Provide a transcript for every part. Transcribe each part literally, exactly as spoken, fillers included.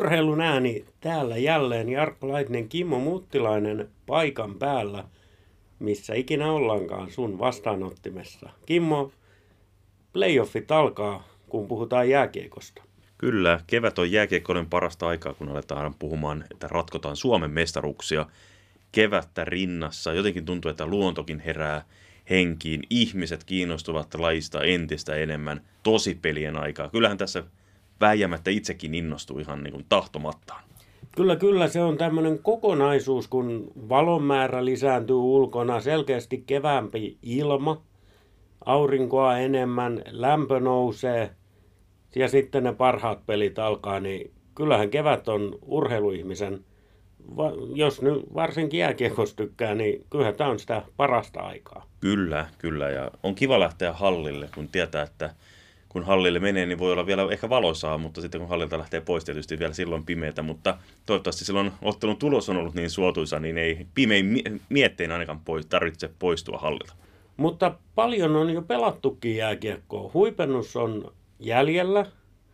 Urheilun ääni täällä jälleen. Jarkko Laitinen, Kimmo Muttilainen paikan päällä, missä ikinä ollaankaan sun vastaanottimessa. Kimmo, playoffit alkaa, kun puhutaan jääkiekosta. Kyllä, kevät on jääkiekkoinen parasta aikaa, kun aletaan puhumaan, että ratkotaan Suomen mestaruuksia kevättä rinnassa. Jotenkin tuntuu, että luontokin herää henkiin. Ihmiset kiinnostuvat lajista entistä enemmän tosipelien aikaa. Kyllähän tässä väijämättä itsekin innostuu ihan niin kuin tahtomattaan. Kyllä, kyllä. Se on tämmöinen kokonaisuus, kun valon määrä lisääntyy ulkona, selkeästi keväämpi ilma, aurinkoa enemmän, lämpö nousee ja sitten ne parhaat pelit alkaa, niin kyllähän kevät on urheiluihmisen, jos nyt varsinkin jääkiekosta tykkää, niin kyllähän tämä on sitä parasta aikaa. Kyllä, kyllä. Ja on kiva lähteä hallille, kun tietää, että kun hallille menee, niin voi olla vielä ehkä valoisaa, mutta sitten kun hallilta lähtee pois, tietysti vielä silloin pimeätä, mutta toivottavasti silloin ottelun tulos on ollut niin suotuisa, niin ei pimein miettein ainakaan pois, tarvitse poistua hallilta. Mutta paljon on jo pelattukin jääkiekkoa. Huipennus on jäljellä,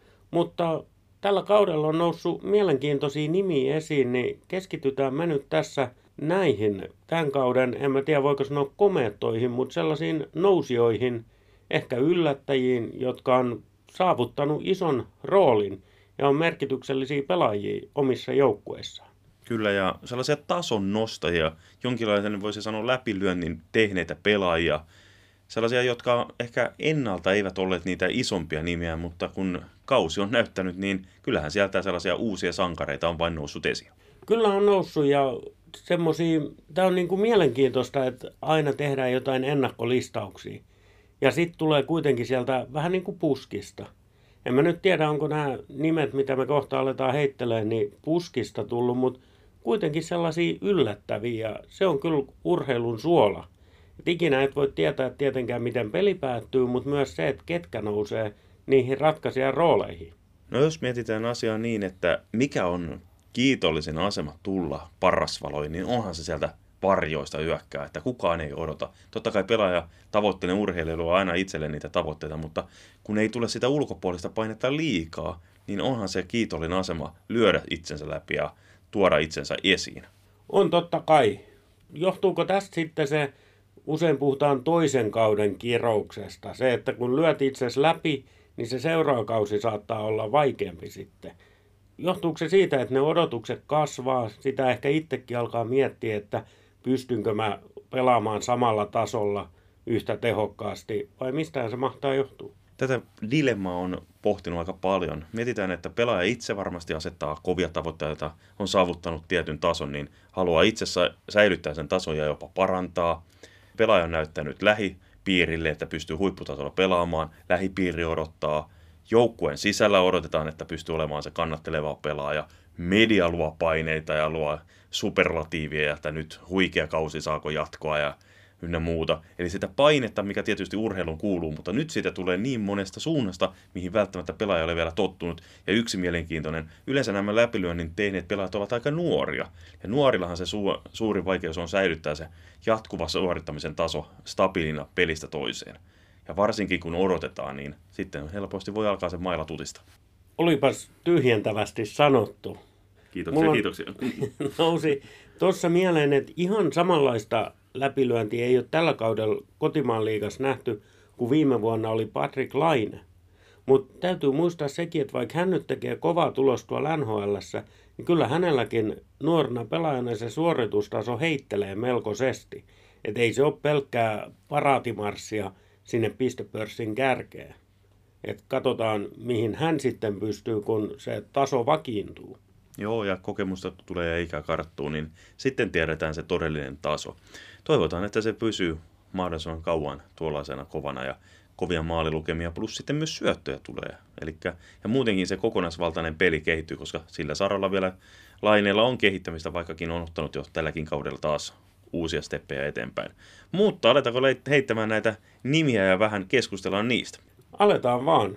mutta tällä kaudella on noussut mielenkiintoisia nimiä esiin, niin keskitytään me nyt tässä näihin tämän kauden, en mä tiedä voiko sanoa komeettoihin, mutta sellaisiin nousijoihin, ehkä yllättäjiin, jotka on saavuttanut ison roolin ja on merkityksellisiä pelaajia omissa joukkueissaan. Kyllä, ja sellaisia tason nostajia, jonkinlaisen voisi sanoa läpilyönnin tehneitä pelaajia, sellaisia, jotka ehkä ennalta eivät olleet niitä isompia nimiä, mutta kun kausi on näyttänyt, niin kyllähän sieltä sellaisia uusia sankareita on vain noussut esiin. Kyllä on noussut, ja semmosia, tämä on niin kuin mielenkiintoista, että aina tehdään jotain ennakkolistauksia. Ja sitten tulee kuitenkin sieltä vähän niin kuin puskista. En mä nyt tiedä, onko nämä nimet, mitä me kohta aletaan heittelemään, niin puskista tullut, mutta kuitenkin sellaisia yllättäviä. Ja se on kyllä urheilun suola. Et ikinä et voi tietää tietenkään, miten peli päättyy, mutta myös se, että ketkä nousee niihin ratkaisijan rooleihin. No jos mietitään asiaa niin, että mikä on kiitollisin asema tulla parasvaloihin, niin onhan se sieltä varjoista hyökkää, että kukaan ei odota. Totta kai pelaaja tavoittelee urheilijoilla aina itselleen niitä tavoitteita, mutta kun ei tule sitä ulkopuolista painetta liikaa, niin onhan se kiitollinen asema lyödä itsensä läpi ja tuoda itsensä esiin. On totta kai. Johtuuko tästä sitten se, usein puhutaan toisen kauden kirouksesta, se, että kun lyöt itsesi läpi, niin se seuraava kausi saattaa olla vaikeampi sitten. Johtuuko se siitä, että ne odotukset kasvaa, sitä ehkä itsekin alkaa miettiä, että pystynkö mä pelaamaan samalla tasolla yhtä tehokkaasti, vai mistään se mahtaa johtua? Tätä dilemmaa on pohtinut aika paljon. Mietitään, että pelaaja itse varmasti asettaa kovia tavoitteita, on saavuttanut tietyn tason, niin haluaa itse säilyttää sen tason ja jopa parantaa. Pelaaja on näyttänyt lähipiirille, että pystyy huipputasolla pelaamaan, lähipiiri odottaa. Joukkueen sisällä odotetaan, että pystyy olemaan se kannatteleva pelaaja. Media luo paineita ja luo superlatiivia, että nyt huikea kausi saako jatkoa ja ynnä muuta. Eli sitä painetta, mikä tietysti urheilun kuuluu, mutta nyt siitä tulee niin monesta suunnasta, mihin välttämättä pelaaja ei ole vielä tottunut. Ja yksi mielenkiintoinen, yleensä nämä läpilyönnin tehneet pelaajat ovat aika nuoria. Ja nuorillahan se su- suurin vaikeus on säilyttää se jatkuva suorittamisen taso stabiilina pelistä toiseen. Ja varsinkin kun odotetaan, niin sitten helposti voi alkaa se maila tutista. Olipas tyhjentävästi sanottu. Kiitoksia, Mulla kiitoksia. nousi tuossa mieleen, että ihan samanlaista läpilyöntiä ei ole tällä kaudella kotimaan liigassa nähty, kun viime vuonna oli Patrik Laine. Mutta täytyy muistaa sekin, että vaikka hän nyt tekee kovaa tulosta tuolla N H L:ssä, niin kyllä hänelläkin nuorena pelaajana se suoritustaso heittelee melkoisesti. Että ei se ole pelkkää paraatimarssia sinne pistepörssin kärkeen. Et katsotaan, mihin hän sitten pystyy, kun se taso vakiintuu. Joo, ja kokemusta tulee ja ikä karttuu, niin sitten tiedetään se todellinen taso. Toivotaan, että se pysyy mahdollisimman kauan tuollaisena kovana ja kovia maalilukemia, plus sitten myös syöttöjä tulee. Elikkä, ja muutenkin se kokonaisvaltainen peli kehittyy, koska sillä saralla vielä Laineella on kehittämistä, vaikkakin on ottanut jo tälläkin kaudella taas uusia steppejä eteenpäin. Mutta aletaanko heittämään näitä nimiä ja vähän keskustellaan niistä? Aletaan vaan.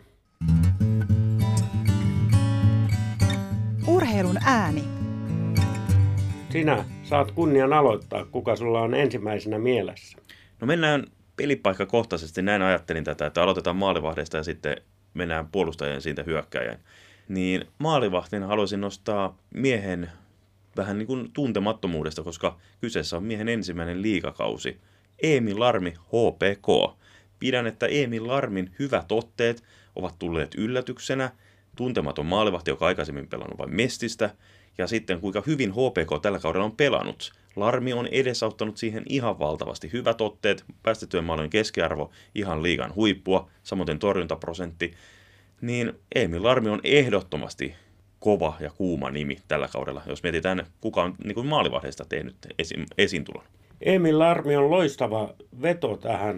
Urheilun ääni. Sinä saat kunnian aloittaa, kuka sulla on ensimmäisenä mielessä. No mennään pelipaikkakohtaisesti, näin ajattelin tätä, että aloitetaan maalivahdeista ja sitten mennään puolustajien siitä hyökkääjän. Niin maalivahtina haluaisin nostaa miehen vähän niin kuin tuntemattomuudesta, koska kyseessä on miehen ensimmäinen liigakausi. Emil Larmi, H P K. Pidän, että Emil Larmin hyvät otteet ovat tulleet yllätyksenä. Tuntematon maalivahti, joka aikaisemmin pelannut vain Mestistä. Ja sitten kuinka hyvin H P K tällä kaudella on pelannut. Larmi on edesauttanut siihen ihan valtavasti. Hyvät otteet, päästettyjen maalien keskiarvo, ihan liigan huippua, samoin torjuntaprosentti. Niin Emil Larmi on ehdottomasti kova ja kuuma nimi tällä kaudella, jos mietitään, kuka on niin kuin maalivahdeista tehnyt esi- esiintulon. Emil Larmi on loistava veto tähän.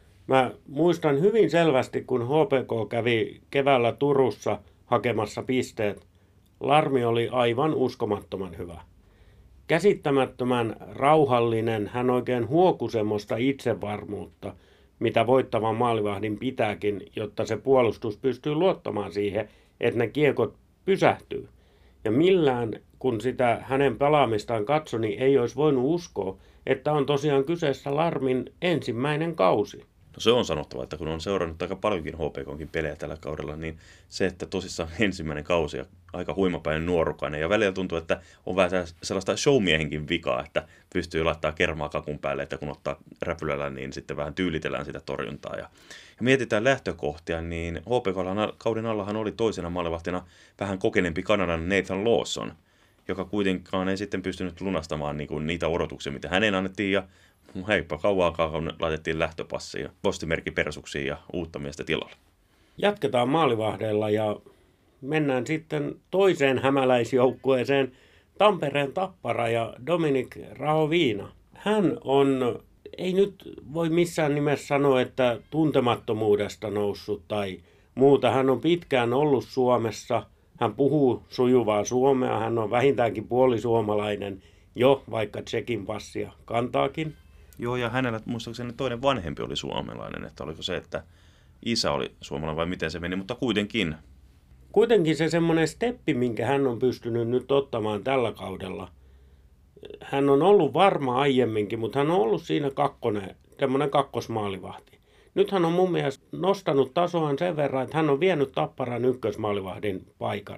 Mä muistan hyvin selvästi, kun H P K kävi keväällä Turussa hakemassa pisteet. Larmi oli aivan uskomattoman hyvä. Käsittämättömän rauhallinen, hän oikein huoku semmoista itsevarmuutta, mitä voittavan maalivahdin pitääkin, jotta se puolustus pystyy luottamaan siihen, että ne kiekot pysähtyy. Ja millään, kun sitä hänen pelaamistaan katsoi, niin ei olisi voinut uskoa, että on tosiaan kyseessä Larmin ensimmäinen kausi. No se on sanottava, että kun on seurannut aika paljonkin H P K:nkin pelejä tällä kaudella, niin se, että tosissaan ensimmäinen kausi ja aika huimapäin nuorukainen. Ja välillä tuntuu, että on vähän sellaista showmiehenkin vikaa, että pystyy laittaa kermaa kakun päälle, että kun ottaa räpylällä, niin sitten vähän tyylitellään sitä torjuntaa. Ja, ja mietitään lähtökohtia, niin H P K:n kauden allahan oli toisena maalivahtina vähän kokeneempi Kanadan Nathan Lawson, joka kuitenkaan ei sitten pystynyt lunastamaan niinku niitä odotuksia, mitä hänen annettiin, ja heippa kauankaan, kun laitettiin lähtöpassiin ja postimerkki persuksiin ja uutta miestä tilalle. Jatketaan maalivahdeilla ja mennään sitten toiseen hämäläisjoukkueeseen, Tampereen Tappara ja Dominik Rahoviina. Hän on, ei nyt voi missään nimessä sanoa, että tuntemattomuudesta noussut tai muuta. Hän on pitkään ollut Suomessa, hän puhuu sujuvaa suomea, hän on vähintäänkin puolisuomalainen jo, vaikka Tšekin passia kantaakin. Joo, ja hänellä muistaakseni toinen vanhempi oli suomalainen, että oliko se, että isä oli suomalainen vai miten se meni, mutta kuitenkin. Kuitenkin se semmoinen steppi, minkä hän on pystynyt nyt ottamaan tällä kaudella. Hän on ollut varma aiemminkin, mutta hän on ollut siinä kakkonen, semmoinen kakkosmaalivahti. Nyt hän on mun mielestä nostanut tasoaan sen verran, että hän on vienyt Tapparan ykkösmaalivahdin paikan.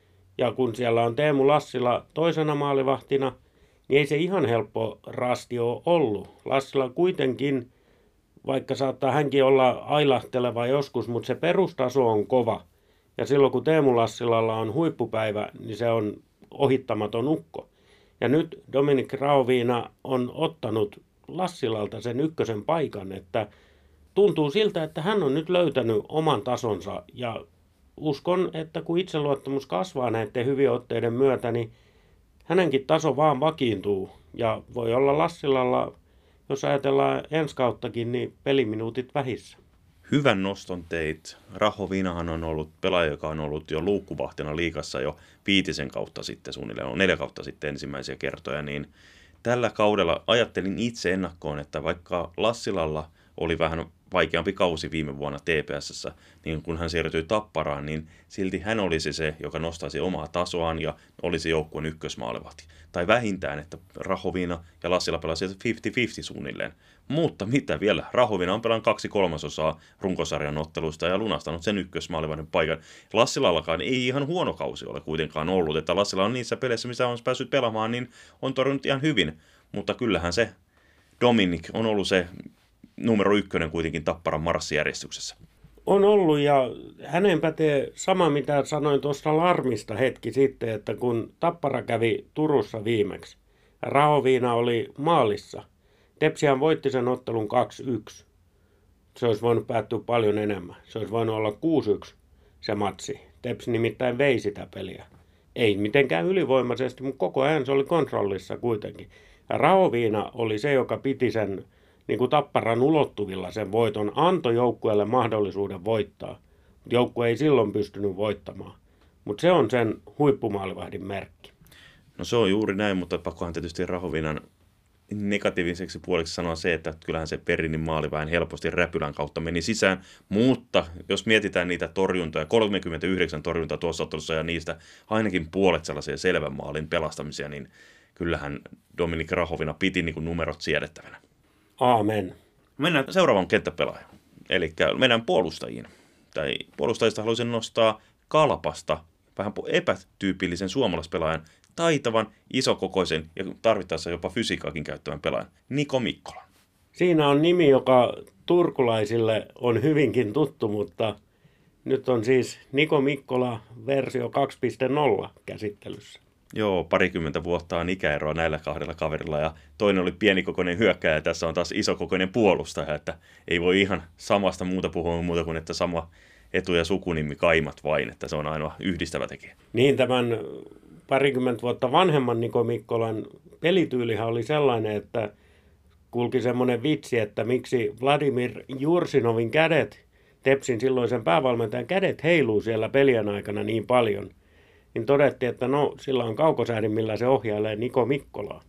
Ja kun siellä on Teemu Lassila toisena maalivahtina, niin ei se ihan helppo rasti ole ollut. Lassila kuitenkin, vaikka saattaa hänkin olla ailahteleva joskus, mutta se perustaso on kova. Ja silloin kun Teemu Lassilalla on huippupäivä, niin se on ohittamaton ukko. Ja nyt Dominik Rahoviina on ottanut Lassilalta sen ykkösen paikan, että tuntuu siltä, että hän on nyt löytänyt oman tasonsa. Ja uskon, että kun itseluottamus kasvaa näiden hyvien otteiden myötä, niin hänenkin taso vaan vakiintuu. Ja voi olla Lassilalla, jos ajatellaan ensi kauttakin, niin peliminuutit vähissä. Hyvän noston teit. Rahoviinahan on ollut pelaaja, joka on ollut jo luukkuvahtina liigassa jo viitisen kautta sitten, suunnilleen on neljä kautta sitten ensimmäisiä kertoja, niin tällä kaudella ajattelin itse ennakkoon, että vaikka Lassilalla oli vähän vaikeampi kausi viime vuonna T P S:ssä, niin kun hän siirtyi Tapparaan, niin silti hän olisi se, joka nostaisi omaa tasoaan ja olisi joukkueen ykkösmaalivahti. Tai vähintään, että Rahoviina ja Lassila pelasivat viisikymmentä viisikymmentä suunnilleen. Mutta mitä vielä? Rahoviina on pelannut kaksi kolmasosaa runkosarjan ottelusta ja lunastanut sen ykkösmaalivahdin paikan. Lassilallakaan ei ihan huono kausi ole kuitenkaan ollut, että Lassila on niissä peleissä, missä on päässyt pelaamaan, niin on torjunut ihan hyvin. Mutta kyllähän se Dominik on ollut se numero ykkönen kuitenkin Tapparan marssijärjestyksessä. On ollut ja hänen pätee sama mitä sanoin tuosta Larmista hetki sitten, että kun Tappara kävi Turussa viimeksi, Rahoviina oli maalissa. Tepsihän voitti sen ottelun kaksi yksi. Se olisi voinut päättyä paljon enemmän. Se olisi voinut olla kuusi yksi se matsi. Tepsi nimittäin vei sitä peliä. Ei mitenkään ylivoimaisesti, mutta koko ajan se oli kontrollissa kuitenkin. Ja Rahoviina oli se, joka piti sen niin kuin Tapparan ulottuvilla sen voiton, antoi joukkueelle mahdollisuuden voittaa. Mutta joukkue ei silloin pystynyt voittamaan. Mutta se on sen huippumaalivahdin merkki. No se on juuri näin, mutta pakkohan tietysti Rahoviinan negatiiviseksi puoliksi sanoa se, että kyllähän se Perinin maali vähän helposti räpylän kautta meni sisään, mutta jos mietitään niitä torjuntoja, kolmekymmentäyhdeksän torjuntaa tuossa ottelussa ja niistä ainakin puolet sellaisia selvän maalin pelastamisia, niin kyllähän Dominik Rahoviina piti niin kuin numerot siedettävänä. Aamen. Mennään seuraavan kenttäpelaajan, eli mennään puolustajiin. Tai puolustajista haluaisin nostaa Kalpasta vähän epätyypillisen suomalaispelaajan, taitavan, isokokoisen ja tarvittaessa jopa fysiikkaakin käyttävän pelaajan, Niko Mikkolan. Siinä on nimi, joka turkulaisille on hyvinkin tuttu, mutta nyt on siis Niko Mikkola versio kaksi piste nolla käsittelyssä. Joo, parikymmentä vuotta on ikäeroa näillä kahdella kaverilla ja toinen oli pienikokoinen hyökkääjä ja tässä on taas isokokoinen puolustaja, että ei voi ihan samasta muuta puhua muuta kuin, että sama etu- ja sukunimi kaimat vain, että se on ainoa yhdistävä tekijä. Niin, tämän parikymmentä vuotta vanhemman Niko Mikkolan pelityylihän oli sellainen, että kulki semmoinen vitsi, että miksi Vladimir Jursinovin kädet, Tepsin silloisen päävalmentajan kädet heiluu siellä pelien aikana niin paljon. Niin todettiin, että no, sillä on kaukosäädin, millä se ohjailee Niko Mikkolaa.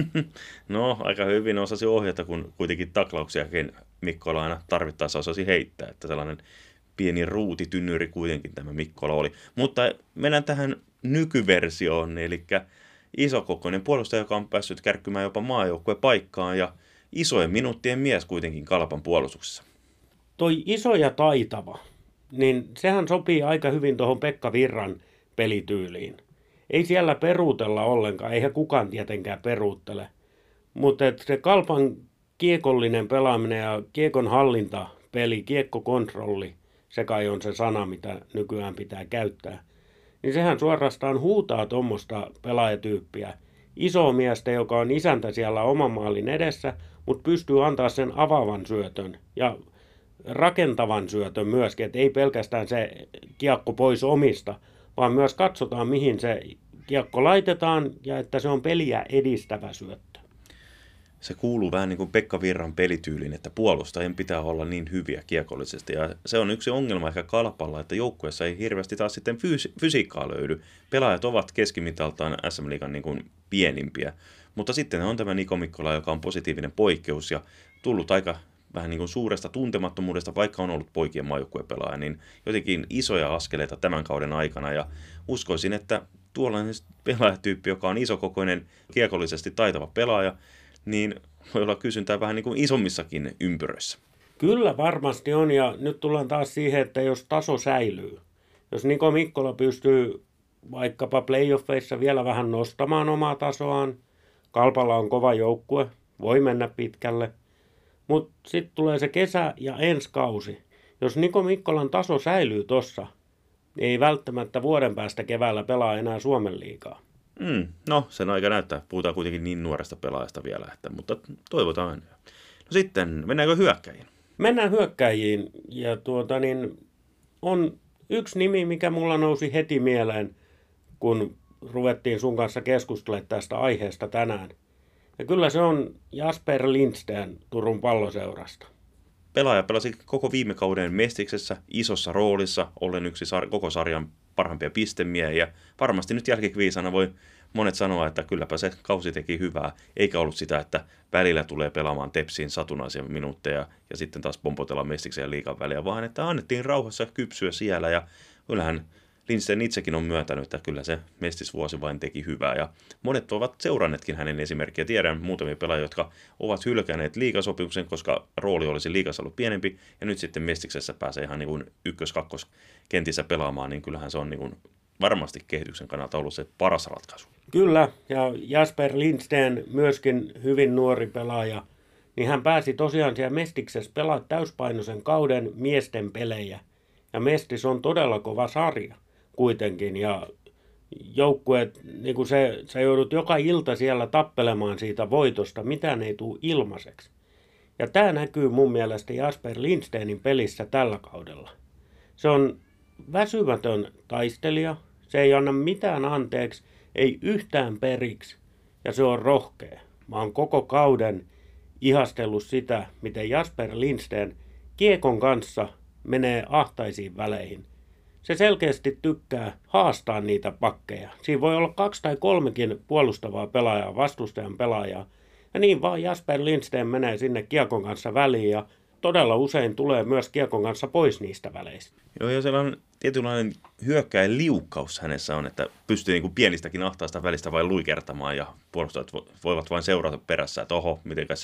No, aika hyvin osasi ohjata, kun kuitenkin taklauksiakin Mikkola aina tarvittaessa osasi heittää, että sellainen pieni ruutitynnyri kuitenkin tämä Mikkola oli. Mutta mennään tähän nykyversioon, eli isokokoinen puolustaja, joka on päässyt kärkkymään jopa maajoukkueen paikkaan ja isojen minuuttien mies kuitenkin Kalpan puolustuksessa. Toi iso ja taitava, niin sehän sopii aika hyvin tuohon Pekka Virran pelityyliin. Ei siellä peruutella ollenkaan, eihän kukaan tietenkään peruuttele. Mutta se Kalpan kiekollinen pelaaminen ja kiekon hallintapeli, kiekkokontrolli, se kai on se sana, mitä nykyään pitää käyttää. Niin sehän suorastaan huutaa tuommoista pelaajatyyppiä. Iso miestä, joka on isäntä siellä oman maalin edessä, mutta pystyy antaa sen avaavan syötön ja rakentavan syötön myöskin, että ei pelkästään se kiekko pois omista, vaan myös katsotaan, mihin se kiekko laitetaan ja että se on peliä edistävä syöttö. Se kuuluu vähän niin kuin Pekka Virran pelityyliin, että puolustajien pitää olla niin hyviä kiekollisesti. Ja se on yksi ongelma ehkä Kalpalla, että joukkueessa ei hirveästi taas sitten fysi- fysiikkaa löydy. Pelaajat ovat keskimitaltaan S M-liigan niin kuin pienimpiä. Mutta sitten on tämä Niko Mikkola, joka on positiivinen poikkeus ja tullut aika vähän niin kuin suuresta tuntemattomuudesta, vaikka on ollut poikien maajoukkuepelaaja, niin jotenkin isoja askeleita tämän kauden aikana. Ja uskoisin, että tuollainen pelaajatyyppi, joka on isokokoinen, kiekollisesti taitava pelaaja, niin voi olla kysyntää vähän niin kuin isommissakin ympyröissä. Kyllä varmasti on, ja nyt tullaan taas siihen, että jos taso säilyy, jos Niko Mikkola pystyy vaikkapa playoffeissa vielä vähän nostamaan omaa tasoaan, Kalpalla on kova joukkue, voi mennä pitkälle, mutta sitten tulee se kesä ja ensi kausi. Jos Niko Mikkolan taso säilyy tossa, niin ei välttämättä vuoden päästä keväällä pelaa enää Suomen liigaa. Mm, no, sen aika näyttää. Puhutaan kuitenkin niin nuoresta pelaajasta vielä, että, mutta toivotaan. No sitten, mennäänkö hyökkäjiin? Mennään hyökkäjiin, ja tuota niin, on yksi nimi, mikä mulla nousi heti mieleen, kun ruvettiin sun kanssa keskustelemaan tästä aiheesta tänään. Ja kyllä se on Jasper Lindsten Turun Palloseurasta. Pelaaja pelasi koko viime kauden Mestiksessä isossa roolissa, ollen yksi sar- koko sarjan parhaimpia pistemiehiä. Varmasti nyt jälkiviisana voi monet sanoa, että kylläpä se kausi teki hyvää, eikä ollut sitä, että välillä tulee pelaamaan Tepsiin satunnaisia minuutteja ja sitten taas pompotella Mestiksen ja liigan väliä, vaan että annettiin rauhassa kypsyä siellä ja kyllähän Lindsten itsekin on myöntänyt, että kyllä se mestisvuosi vain teki hyvää ja monet ovat seuranneetkin hänen esimerkkiä. Tiedän muutamia pelaajia, jotka ovat hylkänneet liigasopimuksen, koska rooli olisi liigassa ollut pienempi ja nyt sitten Mestiksessä pääsee ihan niin kuin ykkös-kakkos kentissä pelaamaan, niin kyllähän se on niin kuin varmasti kehityksen kannalta ollut se paras ratkaisu. Kyllä, ja Jasper Lindsten myöskin hyvin nuori pelaaja, niin hän pääsi tosiaan siellä Mestiksessä pelaa täyspainoisen kauden miesten pelejä. Ja Mestis on todella kova sarja kuitenkin, ja joukkueet, niin kuin se, sä joudut joka ilta siellä tappelemaan siitä voitosta, mitään ei tule ilmaiseksi. Ja tämä näkyy mun mielestä Jasper Lindstenin pelissä tällä kaudella. Se on väsymätön taistelija, se ei anna mitään anteeksi, ei yhtään periksi, ja se on rohkea. Mä oon koko kauden ihastellut sitä, miten Jasper Lindsten kiekon kanssa menee ahtaisiin väleihin. Se selkeästi tykkää haastaa niitä pakkeja. Siinä voi olla kaksi tai kolmekin puolustavaa pelaajaa, vastustajan pelaajaa. Ja niin vaan Jasper Lindsten menee sinne kiekon kanssa väliin ja todella usein tulee myös kiekon kanssa pois niistä väleistä. Joo, ja sellainen tietynlainen hyökkäin liukkaus hänessä on, että pystyy niin kuin pienistäkin ahtaasta välistä vain luikertamaan ja puolustajat voivat vain seurata perässä, että oho, mitenkäs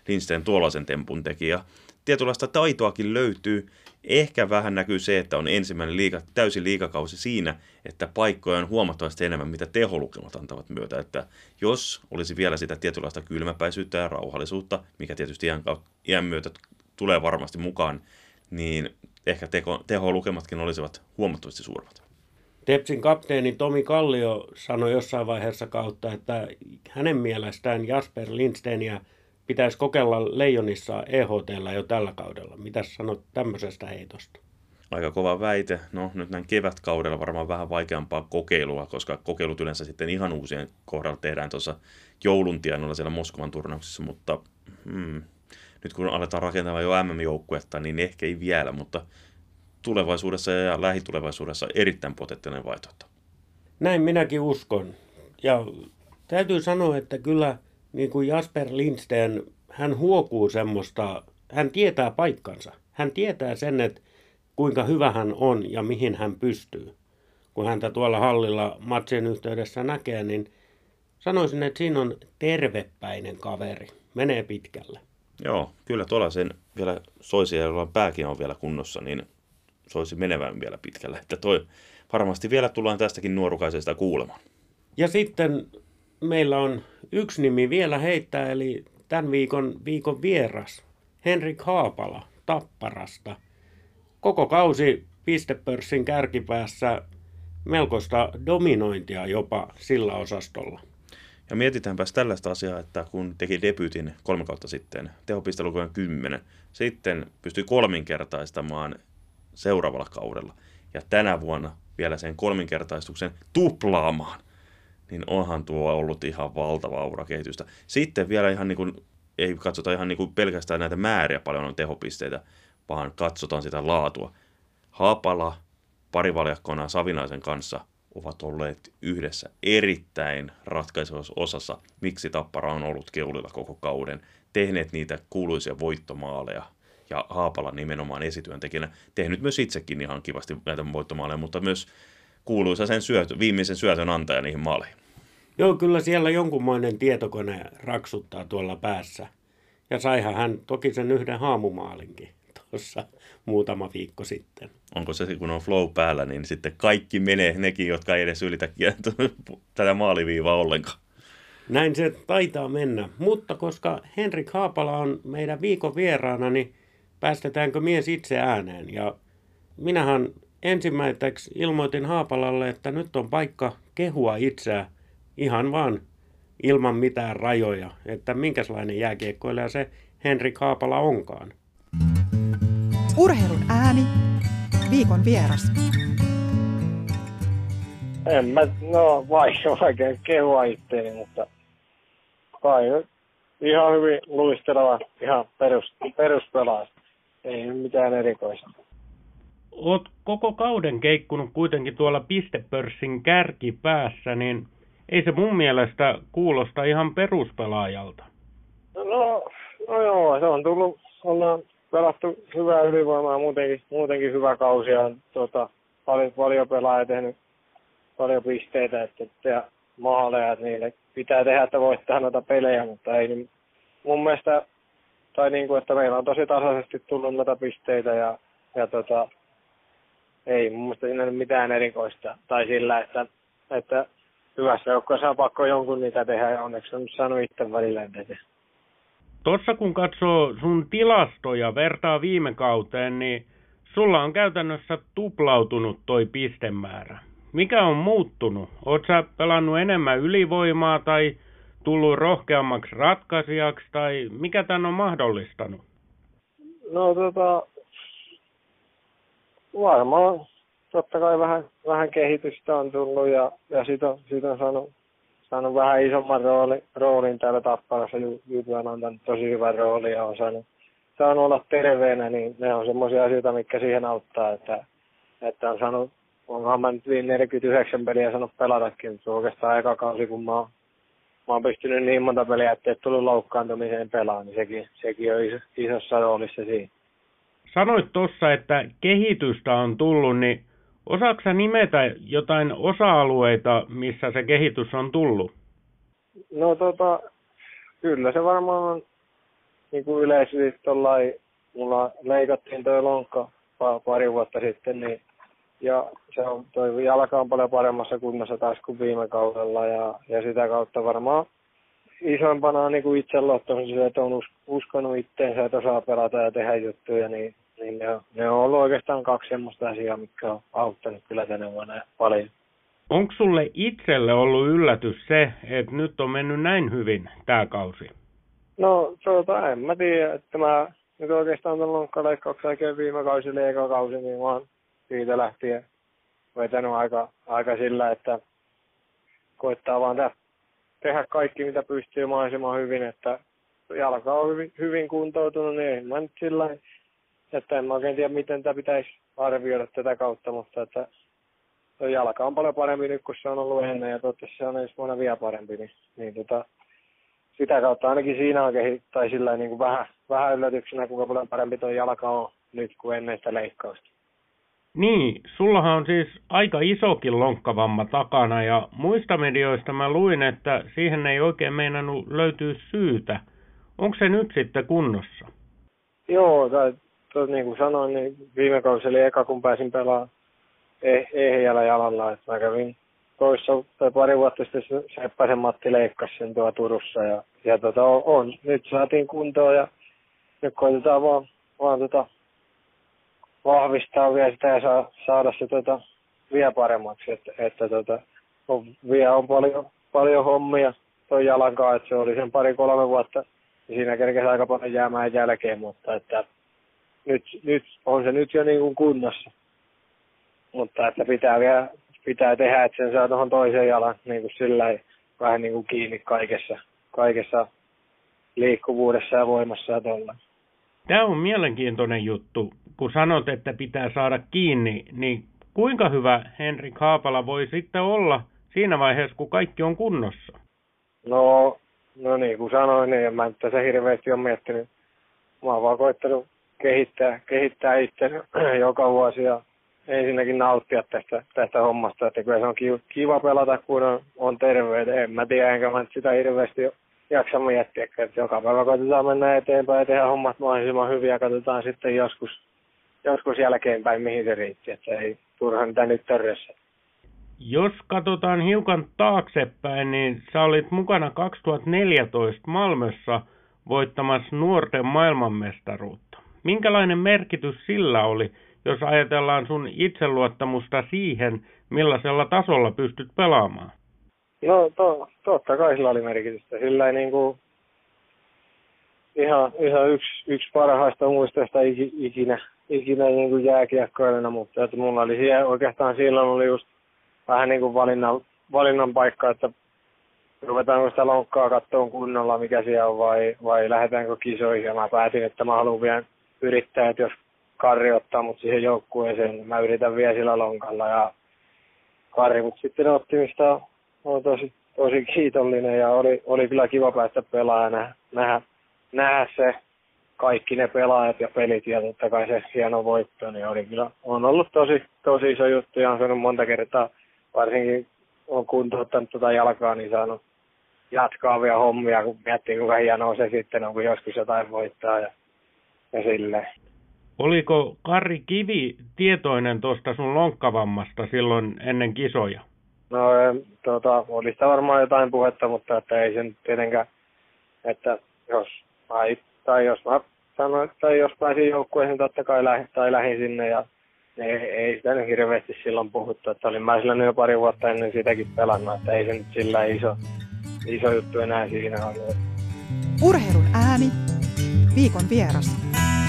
Lindsten tuollaisen tempun teki. Ja tietynlaista taitoakin löytyy. Ehkä vähän näkyy se, että on ensimmäinen liiga, täysin liigakausi siinä, että paikkoja on huomattavasti enemmän, mitä teholukemat antavat myötä. Että jos olisi vielä sitä tietynlaista kylmäpäisyyttä ja rauhallisuutta, mikä tietysti iän, iän myötä tulee varmasti mukaan, niin ehkä teko, teholukematkin olisivat huomattavasti suuremmat. Tepsin kapteeni Tomi Kallio sanoi jossain vaiheessa kautta, että hänen mielestään Jasper Lindsteniä pitäisi kokeilla Leijonissa E H T:llä jo tällä kaudella. Mitäs sanot tämmöisestä heitosta? Aika kova väite. No nyt näin kevätkaudella varmaan vähän vaikeampaa kokeilua, koska kokeilut yleensä sitten ihan uusien kohdalla tehdään tuossa joulun tienoilla siellä Moskovan turnauksessa, mutta hmm, nyt kun aletaan rakentamaan jo M M-joukkuetta, niin ehkä ei vielä, mutta tulevaisuudessa ja lähitulevaisuudessa erittäin potentiaalinen vaihtoehto. Näin minäkin uskon. Ja täytyy sanoa, että kyllä niin kuin Jasper Lindsten, hän huokuu semmoista, hän tietää paikkansa. Hän tietää sen, että kuinka hyvä hän on ja mihin hän pystyy. Kun häntä tuolla hallilla matsien yhteydessä näkee, niin sanoisin, että siinä on tervepäinen kaveri. Menee pitkälle. Joo, kyllä tuolla sen vielä soisi, jolla pääkin on vielä kunnossa, niin soisi menevän vielä pitkälle. Että toi varmasti vielä tullaan tästäkin nuorukaisesta kuulemaan. Ja sitten meillä on yksi nimi vielä heittää, eli tämän viikon, viikon vieras, Henrik Haapala Tapparasta. Koko kausi pistepörssin kärkipäässä, melkoista dominointia jopa sillä osastolla. Ja mietitäänpäs tällaista asiaa, että kun teki debyytin kolme kautta sitten, tehopistelukujen kymmenen, sitten pystyi kolminkertaistamaan seuraavalla kaudella. Ja tänä vuonna vielä sen kolminkertaistuksen tuplaamaan. Niin onhan tuo ollut ihan valtava urakehitystä. Sitten vielä ihan niin kuin, ei katsota ihan niin kuin pelkästään näitä määriä paljon on tehopisteitä, vaan katsotaan sitä laatua. Haapala parivaljakkona Savinaisen kanssa ovat olleet yhdessä erittäin ratkaisevassa osassa, miksi Tappara on ollut keulilla koko kauden, tehneet niitä kuuluisia voittomaaleja. Ja Haapala nimenomaan esityöntekijänä tehnyt myös itsekin ihan kivasti näitä voittomaaleja, mutta myös kuuluisa sen syötö, viimeisen syötön antaja niihin maaleihin. Joo, kyllä siellä jonkunmoinen tietokone raksuttaa tuolla päässä. Ja saihan hän toki sen yhden haamumaalinkin tuossa muutama viikko sitten. Onko se, kun on flow päällä, niin sitten kaikki menee, nekin, jotka ei edes ylitä tätä maaliviivaa ollenkaan. Näin se taitaa mennä. Mutta koska Henrik Haapala on meidän viikon vieraana, niin päästetäänkö mies itse ääneen? Ja minähän ensimmäiseksi ilmoitin Haapalalle, että nyt on paikka kehua itseä ihan vaan ilman mitään rajoja, että minkälainen jääkiekkoilija se Henrik Haapala onkaan. Urheilun ääni, viikon vieras. En mä, no vaikea, vaikea kehua itteeni, mutta kai ihan hyvin luisteleva, ihan perus, peruspelaaja. Ei mitään erikoista. Oot koko kauden keikkunut kuitenkin tuolla pistepörssin kärkipäässä, niin ei se mun mielestä kuulosta ihan peruspelaajalta. No, no joo, se on tullut, ollaan pelattu hyvää ylivoimaa, muutenkin, muutenkin hyvä kausi ja tuota, paljon, paljon pelaajia tehnyt paljon pisteitä että, ja maaleja, että niille pitää tehdä, että voittaa noita pelejä, mutta ei niin, mun mielestä, tai niin kuin, että meillä on tosi tasaisesti tullut noita pisteitä ja, ja tota, ei mun mielestä siinä ole mitään erikoista, tai sillä, että, että hyvässä joukkueessa on pakko jonkun niitä tehdä ja onneksi on saanut itse välillä tehdä. Tuossa kun katsoo sun tilastoja, vertaa viime kauteen, niin sulla on käytännössä tuplautunut toi pistemäärä. Mikä on muuttunut? Oot sä pelannut enemmän ylivoimaa tai tullut rohkeammaksi ratkaisijaksi tai mikä tän on mahdollistanut? No tota, varmaan totta kai vähän, vähän kehitystä on tullut ja, ja siitä on, siitä on saanut, saanut vähän isomman rooli, roolin täällä Tapparassa. Jyty on antanut tosi hyvän roolin ja on saanut, saanut olla terveenä, niin ne on semmoisia asioita, mitkä siihen auttaa, että, että on saanut, onhan mä nyt neljäkymmentäyhdeksän peliä saanut pelatakin, mutta oikeastaan eka kausi, kun mä oon, mä oon pystynyt niin monta peliä, ettei ole tullut loukkaantumiseen pelaan, niin sekin, sekin on iso, isossa roolissa siinä. Sanoit tuossa, että kehitystä on tullut, niin osaatko sä nimetä jotain osa-alueita, missä se kehitys on tullut? No tota, kyllä se varmaan on, niin kuin yleisesti tollain, mulla leikattiin toi lonkka pari vuotta sitten, niin ja se on, toi jalka on paljon paremmassa kunnossa taas kuin viime kaudella ja, ja sitä kautta varmaan isoimpana on niin itseluottamus, että on uskonut itteensä, että osaa pelata ja tehdä juttuja, niin, niin ne, on, ne on ollut oikeastaan kaksi semmoista asiaa, mitkä on auttanut kyllä tänä vuonna paljon. Onko sulle itselle ollut yllätys se, että nyt on mennyt näin hyvin tämä kausi? No tuota, en mä tiedä, että mä nyt oikeastaan tuon lonkkaleikkauksen jälkeen viime kausi eli eka kausi, niin mä oon siitä lähtien vetänyt aika, aika sillä, että koittaa vaan te- tehdä kaikki mitä pystyy mahdollisimman hyvin, että jalka on hyvin, hyvin kuntoutunut, niin en mä nyt sillä että en mä oikein tiedä miten tämä pitäisi arvioida tätä kautta, mutta että jalka on paljon parempi nyt kuin se on ollut ennen ja toivottavasti se on ensi vuonna vielä parempi, niin, niin tota, sitä kautta ainakin siinä on kehittynyt, tai sillä niin kuin vähän, vähän yllätyksenä, kuinka paljon parempi tuo jalka on nyt kuin ennen sitä leikkausta. Niin, sullahan on siis aika isokin lonkkavamma takana ja muista medioista mä luin, että siihen ei oikein meinannut löytyä syytä. Onko se nyt sitten kunnossa? Joo, tai to, niin kuin sanoin, niin viime kausi oli eka kun pääsin pelaamaan eh, ehjällä jalalla. Että mä kävin toissa tai pari vuotta sitten Seppäsen Matti leikkasi sen tuolla Turussa ja, ja tota, on, on. Nyt saatiin kuntoon ja nyt koitetaan vaan, vaan tota, vahvistaa vielä sitä ja saa, saada se tota, vielä paremmaksi, että, että tota, on, vielä on paljon, paljon hommia toi jalankaan, että se oli sen pari-kolme vuotta, niin siinä kerkesi aika paljon jäämään jälkeen, mutta että nyt, nyt on se nyt jo niin kuin kunnossa, mutta että pitää vielä pitää tehdä, että sen saa tuohon toiseen jalan niin kuin sillä vähän niin kuin kiinni kaikessa, kaikessa liikkuvuudessa ja voimassa ja tuolla. Tämä on mielenkiintoinen juttu. Kun sanot, että pitää saada kiinni, niin kuinka hyvä Henrik Haapala voi sitten olla siinä vaiheessa, kun kaikki on kunnossa? No, no niin kuin sanoin, niin en mä nyt tässä hirveästi ole miettinyt. Mä oon vaan koittanut kehittää, kehittää itse joka vuosi ja ensinnäkin nauttia tästä, tästä hommasta. Että kyllä se on kiva pelata, kun on, on terve. En mä tiedä, enkä mä nyt sitä hirveästi jaksa miettiä, että joka päivä koitetaan mennä eteenpäin ja tehdä hommat mahdollisimman hyvin ja katsotaan sitten joskus, joskus jälkeenpäin, mihin se riitti, että ei turha niitä nyt törressä. Jos katsotaan hiukan taaksepäin, niin sä olit mukana kaksituhattaneljätoista Malmössä voittamassa nuorten maailmanmestaruutta. Minkälainen merkitys sillä oli, jos ajatellaan sun itseluottamusta siihen, millaisella tasolla pystyt pelaamaan? No to, totta kai sillä oli merkitystä. Sillä ei niin kuin ihan, ihan yksi, yksi parhaista muistoista ikinä, ikinä niin kuin jääkiekkoilena, mutta että mulla oli siellä, oikeastaan silloin oli just vähän niin kuin valinnan, valinnan paikka, että ruvetaanko sitä lonkkaa katsomaan kunnolla, mikä siellä on, vai, vai lähdetäänkö kisoihin. Ja mä päätin, että mä haluan vielä yrittää, että jos Karri ottaa mut siihen joukkueeseen, niin mä yritän vielä sillä lonkalla. Ja Karri mut sitten otti, mistä olen tosi, tosi kiitollinen ja oli, oli kyllä kiva päästä pelaamaan ja nähdä, nähdä se kaikki ne pelaajat ja pelit ja totta kai se hieno voitto, niin oli kyllä, on ollut tosi, tosi iso juttu ja on saanut monta kertaa, varsinkin on kuntouttanut tuota jalkaa, niin saanut jatkaa vielä hommia, kun miettii kuinka hienoa se sitten on, kun joskus jotain voittaa ja, ja silleen. Oliko Karri Kivi tietoinen tuosta sun lonkkavammasta silloin ennen kisoja? No tuota, oli sitä varmaan jotain puhetta, mutta että ei sen tietenkään, että jos mä, tai jos mä sanoin, tai jos pääsin joukkueeseen, totta kai lähdin, tai lähdin sinne ja ei, ei sitä nyt hirveästi silloin puhuttu, että olin mä sillä jo pari vuotta ennen sitäkin pelannut, että ei se nyt sillä iso, iso juttu enää siinä ollut. Urheilun ääni, viikon vieras.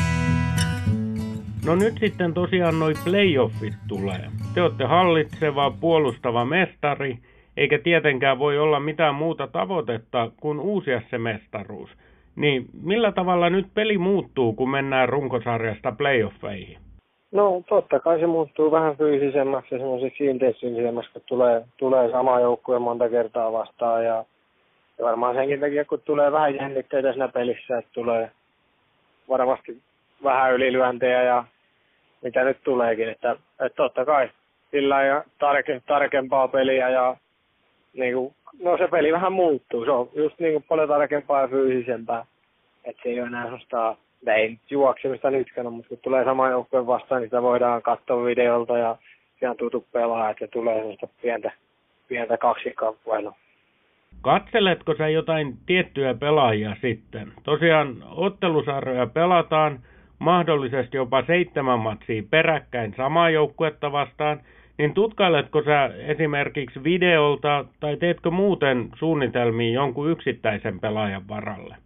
No nyt sitten tosiaan noi playoffit tulee. Te olette hallitseva, puolustava mestari, eikä tietenkään voi olla mitään muuta tavoitetta kuin uusia se mestaruus. Niin millä tavalla nyt peli muuttuu, kun mennään runkosarjasta playoffeihin? No totta kai se muuttuu vähän fyysisemmäksi ja semmoiseksi intensiivisemmäksi, kun tulee, tulee sama joukkue monta kertaa vastaan. Ja, ja varmaan senkin takia, kun tulee vähän jännitteitä siinä pelissä, että tulee varmasti vähän ylilyöntejä ja mitä nyt tuleekin, että, että totta kai sillä ja tarke, tarkempaa peliä ja niin kuin, no se peli vähän muuttuu, se on just niin kuin paljon tarkempaa ja fyysisempää, että se ei ole enää sellaista, ei nyt juoksemista nytkään, mutta kun tulee sama joukkue vastaan, niin sitä voidaan katsoa videolta ja siellä on tutut pelaa, että tulee sellaista pientä, pientä kaksikkapuelua. Katseletko sä jotain tiettyjä pelaajia sitten? Tosiaan ottelusarjoja pelataan mahdollisesti jopa seitsemän matsia peräkkäin samaa joukkuetta vastaan, niin tutkailetko sä esimerkiksi videolta tai teetkö muuten suunnitelmia jonkun yksittäisen pelaajan varalle?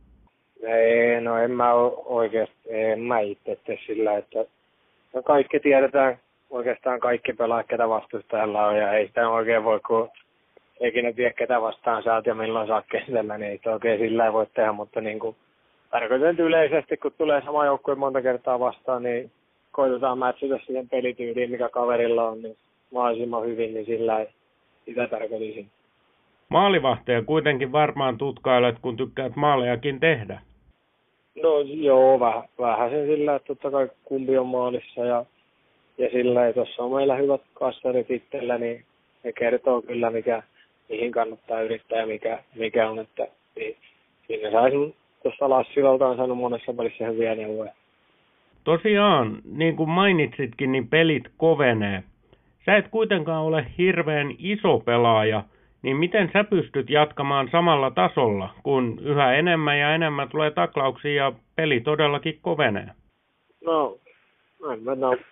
Ei, no en mä oikeasti, en mä itse tee sillä, että no kaikki tiedetään, oikeastaan kaikki pelaajat, ketä vastustajalla on, ja ei sitä oikein voi, kun eikin tiedä, ketä vastaan saat ja milloin saat kentällä, niin ei sitä oikein sillä ei voi tehdä, mutta niin kuin tarkoitan yleisesti, kun tulee sama joukkue monta kertaa vastaan, niin koitetaan matchata siihen pelityyliin, mikä kaverilla on, niin mahdollisimman hyvin, niin sillä ei sitä tarkoitin. Maalivahteja kuitenkin varmaan tutkailet, kun tykkäät maalejakin tehdä. No joo, vähän, vähän sen sillä, että totta kai kumpi on maalissa ja, ja sillä, että tuossa on meillä hyvät kassarit itsellä, niin ne kertoo kyllä, mikä, mihin kannattaa yrittää ja mikä, mikä on, että niin, siinä saisi tuossa Lassilalta on saanut monessa pelissä hyviä neuvoja. Tosiaan, niin kuin mainitsitkin, niin pelit kovenee. Sä et kuitenkaan ole hirveän iso pelaaja, niin miten sä pystyt jatkamaan samalla tasolla, kun yhä enemmän ja enemmän tulee taklauksia ja peli todellakin kovenee? No, en mä no,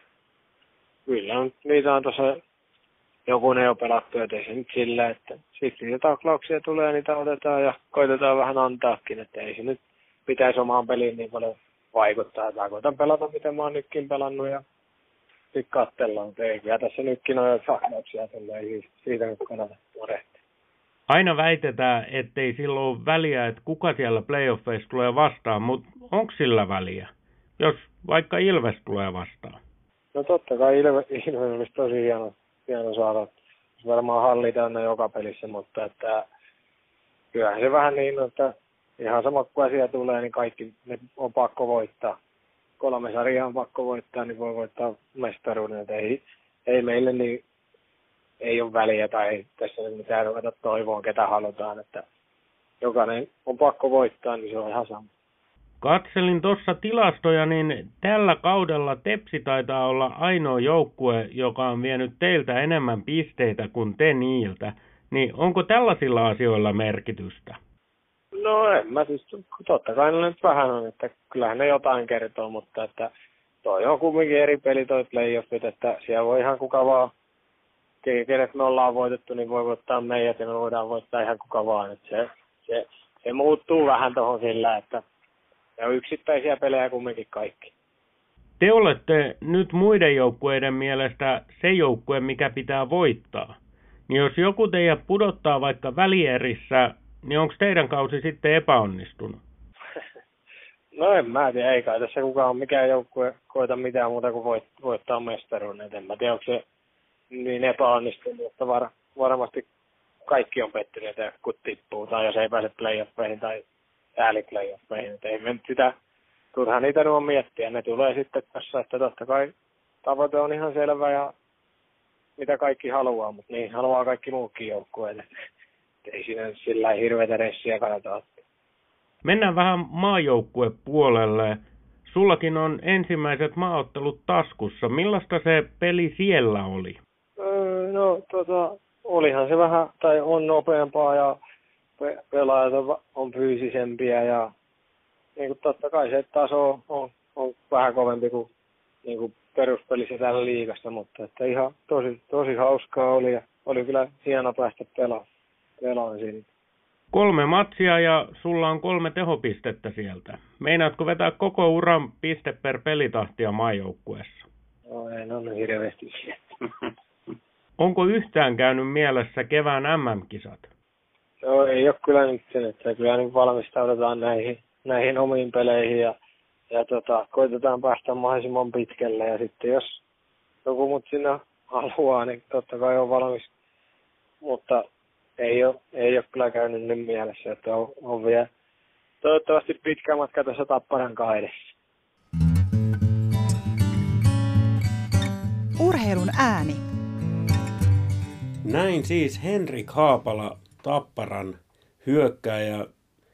kyllä on, niitä on tuossa joku ne jo pelattu, ettei se nyt sillä, että sitten niitä taklauksia tulee ja niitä otetaan ja koitetaan vähän antaakin, että ei se nyt pitäisi omaan peliin niin paljon vaikuttaa. Mä koitan pelata, miten mä oon nytkin pelannut ja sitten katsellaan, mutta ei kyllä tässä nytkin on jo taklauksia, ei siitä nyt kannata murehtia. Aina väitetään, ettei silloin ole väliä, että kuka siellä playoffeissa tulee vastaan, mutta onko sillä väliä, jos vaikka Ilves tulee vastaan? No totta kai Ilves, Ilves olisi tosi hieno, hieno saada. Varmaan hallitaan ne joka pelissä, mutta että kyllähän se vähän niin, että ihan sama kun asia tulee, niin kaikki ne on pakko voittaa. Kolme sarjaa on pakko voittaa, niin voi voittaa mestaruuden. Että ei, ei meille niin ei ole väliä tai tässä ei mitään ruveta toivoon, ketä halutaan. Että jokainen on pakko voittaa, niin se on ihan sama. Katselin tuossa tilastoja, niin tällä kaudella Tepsi taitaa olla ainoa joukkue, joka on vienyt teiltä enemmän pisteitä kuin te niiltä. Niin onko tällaisilla asioilla merkitystä? No en mä siis, totta kai ne nyt vähän on, että kyllähän ne jotain kertoo, mutta että toi on kumminkin eri peli toi playoffit, että siellä voi ihan kuka vaan, kenet me ollaan voitettu, niin voi voittaa meidät ja me voidaan voittaa ihan kuka vaan. Että se, se, se muuttuu vähän tuohon sillä, että ne on yksittäisiä pelejä kumminkin kaikki. Te olette nyt muiden joukkueiden mielestä se joukkue, mikä pitää voittaa. Niin jos joku teidät pudottaa vaikka välierissä, niin onko teidän kausi sitten epäonnistunut? No en mä tiedä, ei kai tässä kukaan mikään joukkue koita mitään muuta kuin voit, voittaa mestaruuden. En mä tiedä, onko se niin epäonnistunut, mutta var, varmasti kaikki on pettyneitä, kun tippuu, tai jos ei pääse playoffeihin tai ääliplayoffeihin. Että ei me nyt sitä, turhaan niitä nuo miettiä. Ne tulee sitten tässä, että totta kai tavoite on ihan selvä ja mitä kaikki haluaa, mutta niin haluaa kaikki muutkin joukkueet. Ei siinä sillä hirveätä ressiä kannata ottaa. Mennään vähän maajoukkuepuolelle. Sullakin on ensimmäiset maaottelut taskussa. Millaista se peli siellä oli? Öö, no tota, olihan se vähän, tai on nopeampaa ja pe- pelaajat on, on fyysisempiä ja niin kuin totta kai se taso on, on vähän kovempi kuin, niin kuin peruspelissä täällä liigassa, mutta että ihan tosi, tosi hauskaa oli ja oli kyllä hieno päästä pelaamaan. Pelaan siinä. Kolme matsia ja sulla on kolme tehopistettä sieltä. Meinaatko vetää koko uran piste per pelitahtia maajoukkueessa? No ei, no hirveästi. Onko yhtään käynyt mielessä kevään M M-kisat? No ei ole kyllä nyt sen, että kyllä nyt valmistaudutaan näihin, näihin omiin peleihin ja, ja tota, koitetaan päästä mahdollisimman pitkälle ja sitten jos joku mut sinne haluaa, niin totta kai on valmis, mutta Ei ole, ei ole kyllä käynyt nyt mielessä, että on, on vielä toivottavasti pitkä matka tässä Tapparan kaidessa. Urheilun ääni. Näin siis Henrik Haapala, Tapparan hyökkääjä.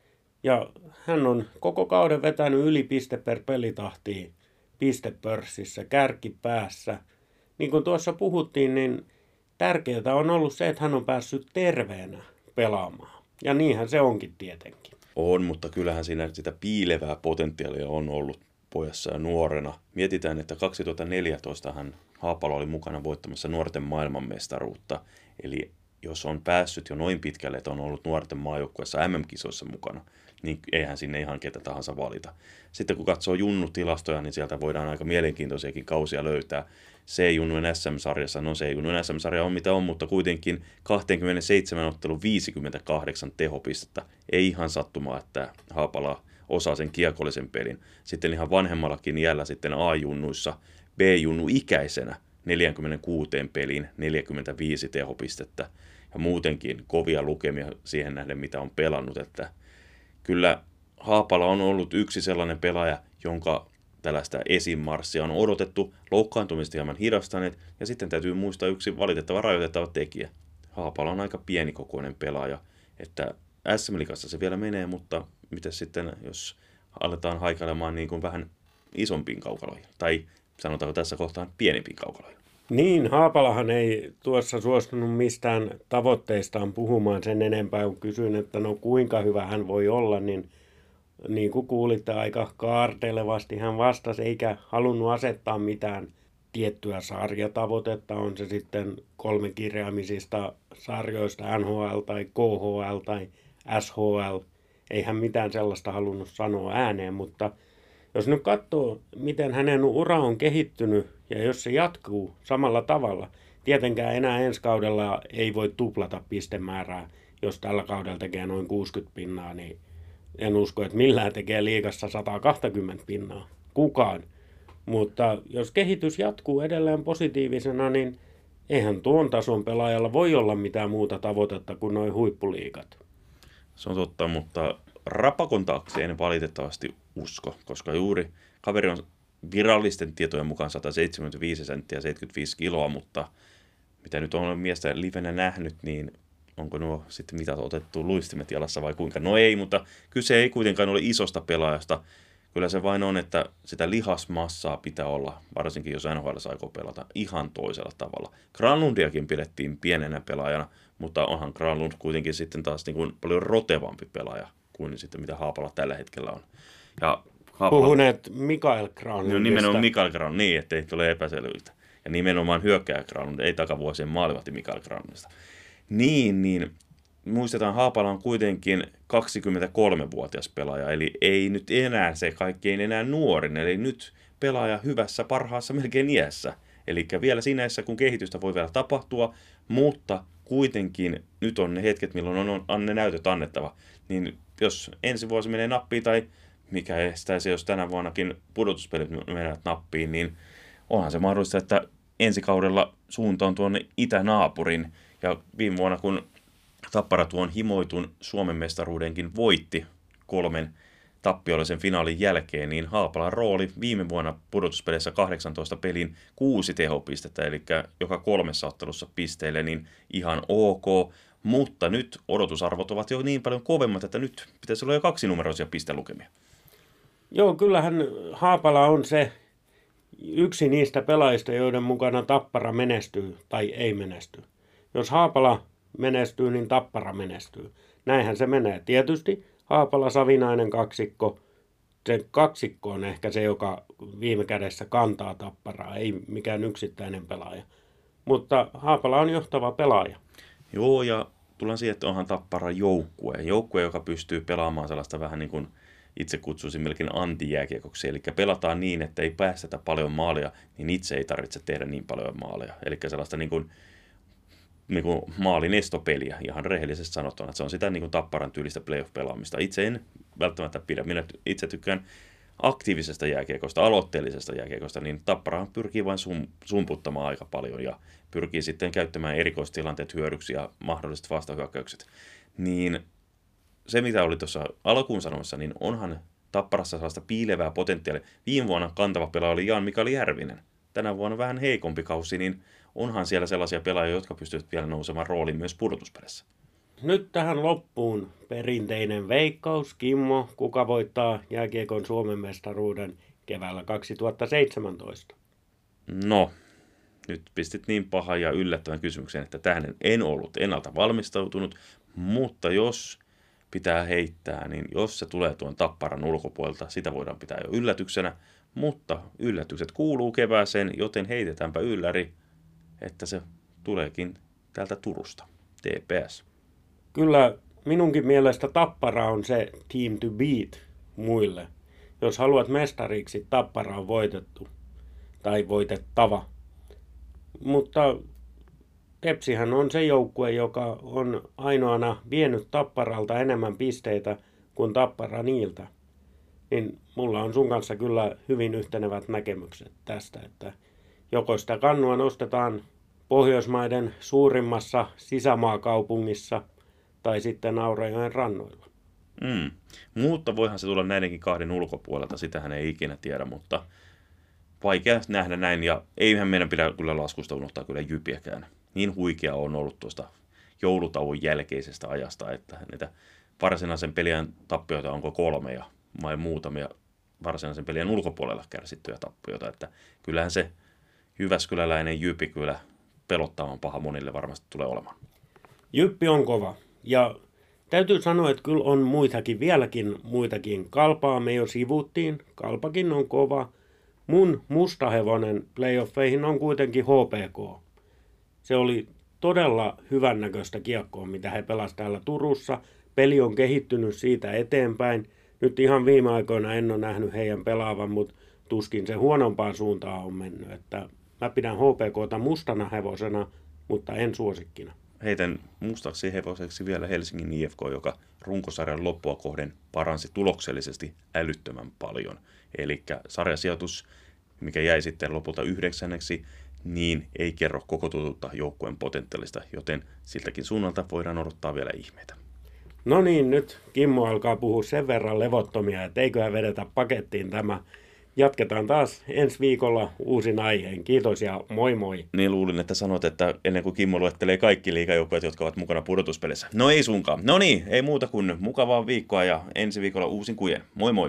Ja hän on koko kauden vetänyt yli piste per pelitahtiin pistepörssissä, kärki päässä. Niin kuin tuossa puhuttiin, niin tärkeää on ollut se, että hän on päässyt terveenä pelaamaan. Ja niinhän se onkin tietenkin. On, mutta kyllähän siinä sitä piilevää potentiaalia on ollut pojassa ja nuorena. Mietitään, että kaksituhattaneljätoista hän Haapala oli mukana voittamassa nuorten maailmanmestaruutta. Eli jos on päässyt jo noin pitkälle, että on ollut nuorten maajoukkueessa M M-kisoissa mukana, niin eihän sinne ihan ketä tahansa valita. Sitten kun katsoo Junnu-tilastoja, niin sieltä voidaan aika mielenkiintoisiakin kausia löytää. C-Junnujen S M-sarjassa, no C-Junnujen S M-sarja on mitä on, mutta kuitenkin kaksikymmentäseitsemän ottelun viisikymmentäkahdeksan tehopistettä. Ei ihan sattumaa, että Haapala osaa sen kiekollisen pelin. Sitten ihan vanhemmallakin iällä sitten A-junnuissa, B-junnu ikäisenä neljäkymmentäkuusi peliin, neljäkymmentäviisi tehopistettä ja muutenkin kovia lukemia siihen nähden, mitä on pelannut. Että kyllä Haapala on ollut yksi sellainen pelaaja, jonka tällaista esimarssia on odotettu, loukkaantumista hieman hidastaneet, ja sitten täytyy muistaa yksi valitettava rajoitettava tekijä. Haapala on aika pienikokoinen pelaaja, että S M-ligassa se vielä menee, mutta miten sitten, jos aletaan haikailemaan niin kuin vähän isompiin kaukaloihin, tai sanotaanko tässä kohtaan pienempiin kaukaloihin. Niin, Haapalahan ei tuossa suostunut mistään tavoitteistaan puhumaan sen enempää, kun kysyin, että no kuinka hyvä hän voi olla, niin niin kuin kuulitte, aika kaartelevasti hän vastasi, eikä halunnut asettaa mitään tiettyä sarjatavoitetta, on se sitten kolmekirjaimisista sarjoista N H L tai K H L tai S H L. Ei hän mitään sellaista halunnut sanoa ääneen, mutta jos nyt katsoo, miten hänen ura on kehittynyt ja jos se jatkuu samalla tavalla, tietenkään enää ensi kaudella ei voi tuplata pistemäärää, jos tällä kaudella tekee noin kuusikymmentä pinnaa, niin en usko, että millään tekee liigassa sata kaksikymmentä pinnaa. Kukaan. Mutta jos kehitys jatkuu edelleen positiivisena, niin eihän tuon tason pelaajalla voi olla mitään muuta tavoitetta kuin noin huippuliigat. Se on totta, mutta Rapakon taakse en valitettavasti usko, koska juuri kaveri on virallisten tietojen mukaan sata seitsemänkymmentäviisi senttiä ja seitsemänkymmentäviisi kiloa, mutta mitä nyt on miestä livenä nähnyt, niin onko nuo sitten mitä otettu luistimet jalassa vai kuinka? No ei, mutta kyse ei kuitenkaan ole isosta pelaajasta. Kyllä se vain on, että sitä lihasmassaa pitää olla, varsinkin jos N H L aikoo pelata ihan toisella tavalla. Granlundiakin pidettiin pienenä pelaajana, mutta onhan Granlund kuitenkin sitten taas niin kuin paljon rotevampi pelaaja kuin sitten mitä Haapala tällä hetkellä on. Ja Haapala... Puhuneet Mikael Granlundista. No nimenomaan Mikael Granlund, niin ettei tule epäselvyyttä. Ja nimenomaan hyökkääjä Granlund, ei takavuosien maalivahti Mikael Granlundista. Niin, niin muistetaan, Haapala on kuitenkin kaksikymmentäkolmevuotias pelaaja, eli ei nyt enää se kaikkein enää nuorin, eli nyt pelaaja hyvässä parhaassa melkein iässä. Eli vielä siinä iässä, kun kehitystä voi vielä tapahtua, mutta kuitenkin nyt on ne hetket, milloin on, on ne näytöt annettava. Niin jos ensi vuosi menee nappiin tai mikä estäisi, jos tänä vuonnakin pudotuspelit menevät nappiin, niin onhan se mahdollista, että ensi kaudella suunta on tuonne itänaapurin. Ja viime vuonna, kun Tappara tuon himoitun Suomen mestaruudenkin voitti kolmen tappiollisen finaalin jälkeen, niin Haapalan rooli viime vuonna pudotuspeleissä kahdeksantoista pelin kuusi tehopistettä, eli joka kolmessa ottelussa pisteille, niin ihan ok. Mutta nyt odotusarvot ovat jo niin paljon kovemmat, että nyt pitäisi olla jo kaksinumeroisia pistelukemia. Joo, kyllähän Haapala on se yksi niistä pelaajista, joiden mukana Tappara menestyy tai ei menesty. Jos Haapala menestyy, niin Tappara menestyy. Näinhän se menee. Tietysti Haapala-Savinainen kaksikko, se kaksikko on ehkä se, joka viime kädessä kantaa Tapparaa, ei mikään yksittäinen pelaaja. Mutta Haapala on johtava pelaaja. Joo, ja tullaan siihen, että onhan Tappara joukkue. Joukkue, joka pystyy pelaamaan sellaista vähän niin kuin itse kutsuisin melkein antijääkiekoksi. Eli pelataan niin, että ei päästetä paljon maalia, niin itse ei tarvitse tehdä niin paljon maaleja. Eli sellaista niin kuin niin kuin maalin estopeliä, ihan rehellisesti sanottuna, että se on sitä niin kuin Tapparan tyylistä playoff-pelaamista. Itse en välttämättä pidä. Minä itse tykkään aktiivisesta jääkiekosta, aloitteellisesta jääkiekosta, niin Tapparahan pyrkii vain sum, sumputtamaan aika paljon ja pyrkii sitten käyttämään erikoistilanteet hyödyksi ja mahdolliset vastahyökkäykset. Niin se, mitä oli tuossa alkuun sanomassa, niin onhan Tapparassa sellaista piilevää potentiaalia. Viime vuonna kantava pelaaja oli Jan-Mikael Järvinen. Tänä vuonna vähän heikompi kausi, niin onhan siellä sellaisia pelaajia, jotka pystyvät vielä nousemaan rooliin myös pudotuspeleissä. Nyt tähän loppuun perinteinen veikkaus. Kimmo, kuka voittaa jääkiekon Suomen mestaruuden keväällä kaksituhattaseitsemäntoista? No, nyt pistit niin pahan ja yllättävän kysymyksen, että tähän en ollut ennalta valmistautunut, mutta jos pitää heittää, niin jos se tulee tuon Tapparan ulkopuolelta, sitä voidaan pitää jo yllätyksenä, mutta yllätykset kuuluu kevääseen, joten heitetäänpä ylläri, että se tuleekin täältä Turusta, T P S. Kyllä minunkin mielestä Tappara on se team to beat muille. Jos haluat mestariksi, Tappara on voitettu tai voitettava. Mutta Tepsihän on se joukkue, joka on ainoana vienyt Tapparalta enemmän pisteitä kuin Tappara niiltä. Niin mulla on sun kanssa kyllä hyvin yhtenevät näkemykset tästä, että joko sitä kannua nostetaan Pohjoismaiden suurimmassa sisämaakaupungissa tai sitten Aurajoen rannoilla. Mm. Mutta voihan se tulla näidenkin kahden ulkopuolelta, sitähän ei ikinä tiedä, mutta vaikea nähdä näin, ja eihän meidän pidä kyllä laskusta unohtaa kyllä Jypiäkään. Niin huikea on ollut tuosta joulutauon jälkeisestä ajasta, että niitä varsinaisen pelien tappioita onko kolme ja vai muutamia varsinaisen pelien ulkopuolella kärsittyjä tappioita, että kyllähän se jyväskyläläinen Jypi kyllä pelottavan paha monille varmasti tulee olemaan. Jyppi on kova, ja täytyy sanoa, että kyllä on muitakin, vieläkin muitakin. Kalpaa me jo sivuttiin, Kalpakin on kova. Mun musta hevonen playoffeihin on kuitenkin H P K. Se oli todella hyvännäköistä kiekkoa, mitä he pelasivat täällä Turussa. Peli on kehittynyt siitä eteenpäin. Nyt ihan viime aikoina en ole nähnyt heidän pelaavan, mutta tuskin se huonompaan suuntaan on mennyt. Että mä pidän H P K:ta mustana hevosena, mutta en suosikkina. Heitän mustaksi hevoseksi vielä Helsingin I F K, joka runkosarjan loppua kohden paransi tuloksellisesti älyttömän paljon. Eli sarjasijoitus, mikä jäi sitten lopulta yhdeksänneksi, niin ei kerro koko tututta joukkueen potentiaalista, joten siltäkin suunnalta voidaan odottaa vielä ihmeitä. No niin, nyt Kimmo alkaa puhua sen verran levottomia, että eiköhän vedetä pakettiin tämä. Jatketaan taas ensi viikolla uusin aiheen. Kiitos ja moi moi. Niin luulin, että sanot, että ennen kuin Kimmo luettelee kaikki liigajoukkueet, jotka ovat mukana pudotuspelissä. No ei suinkaan. No niin, ei muuta kuin mukavaa viikkoa ja ensi viikolla uusin kujen. Moi moi.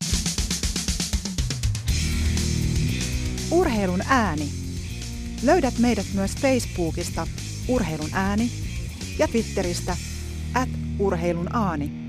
Urheilun ääni. Löydät meidät myös Facebookista Urheilun ääni ja Twitteristä at urheilun aani.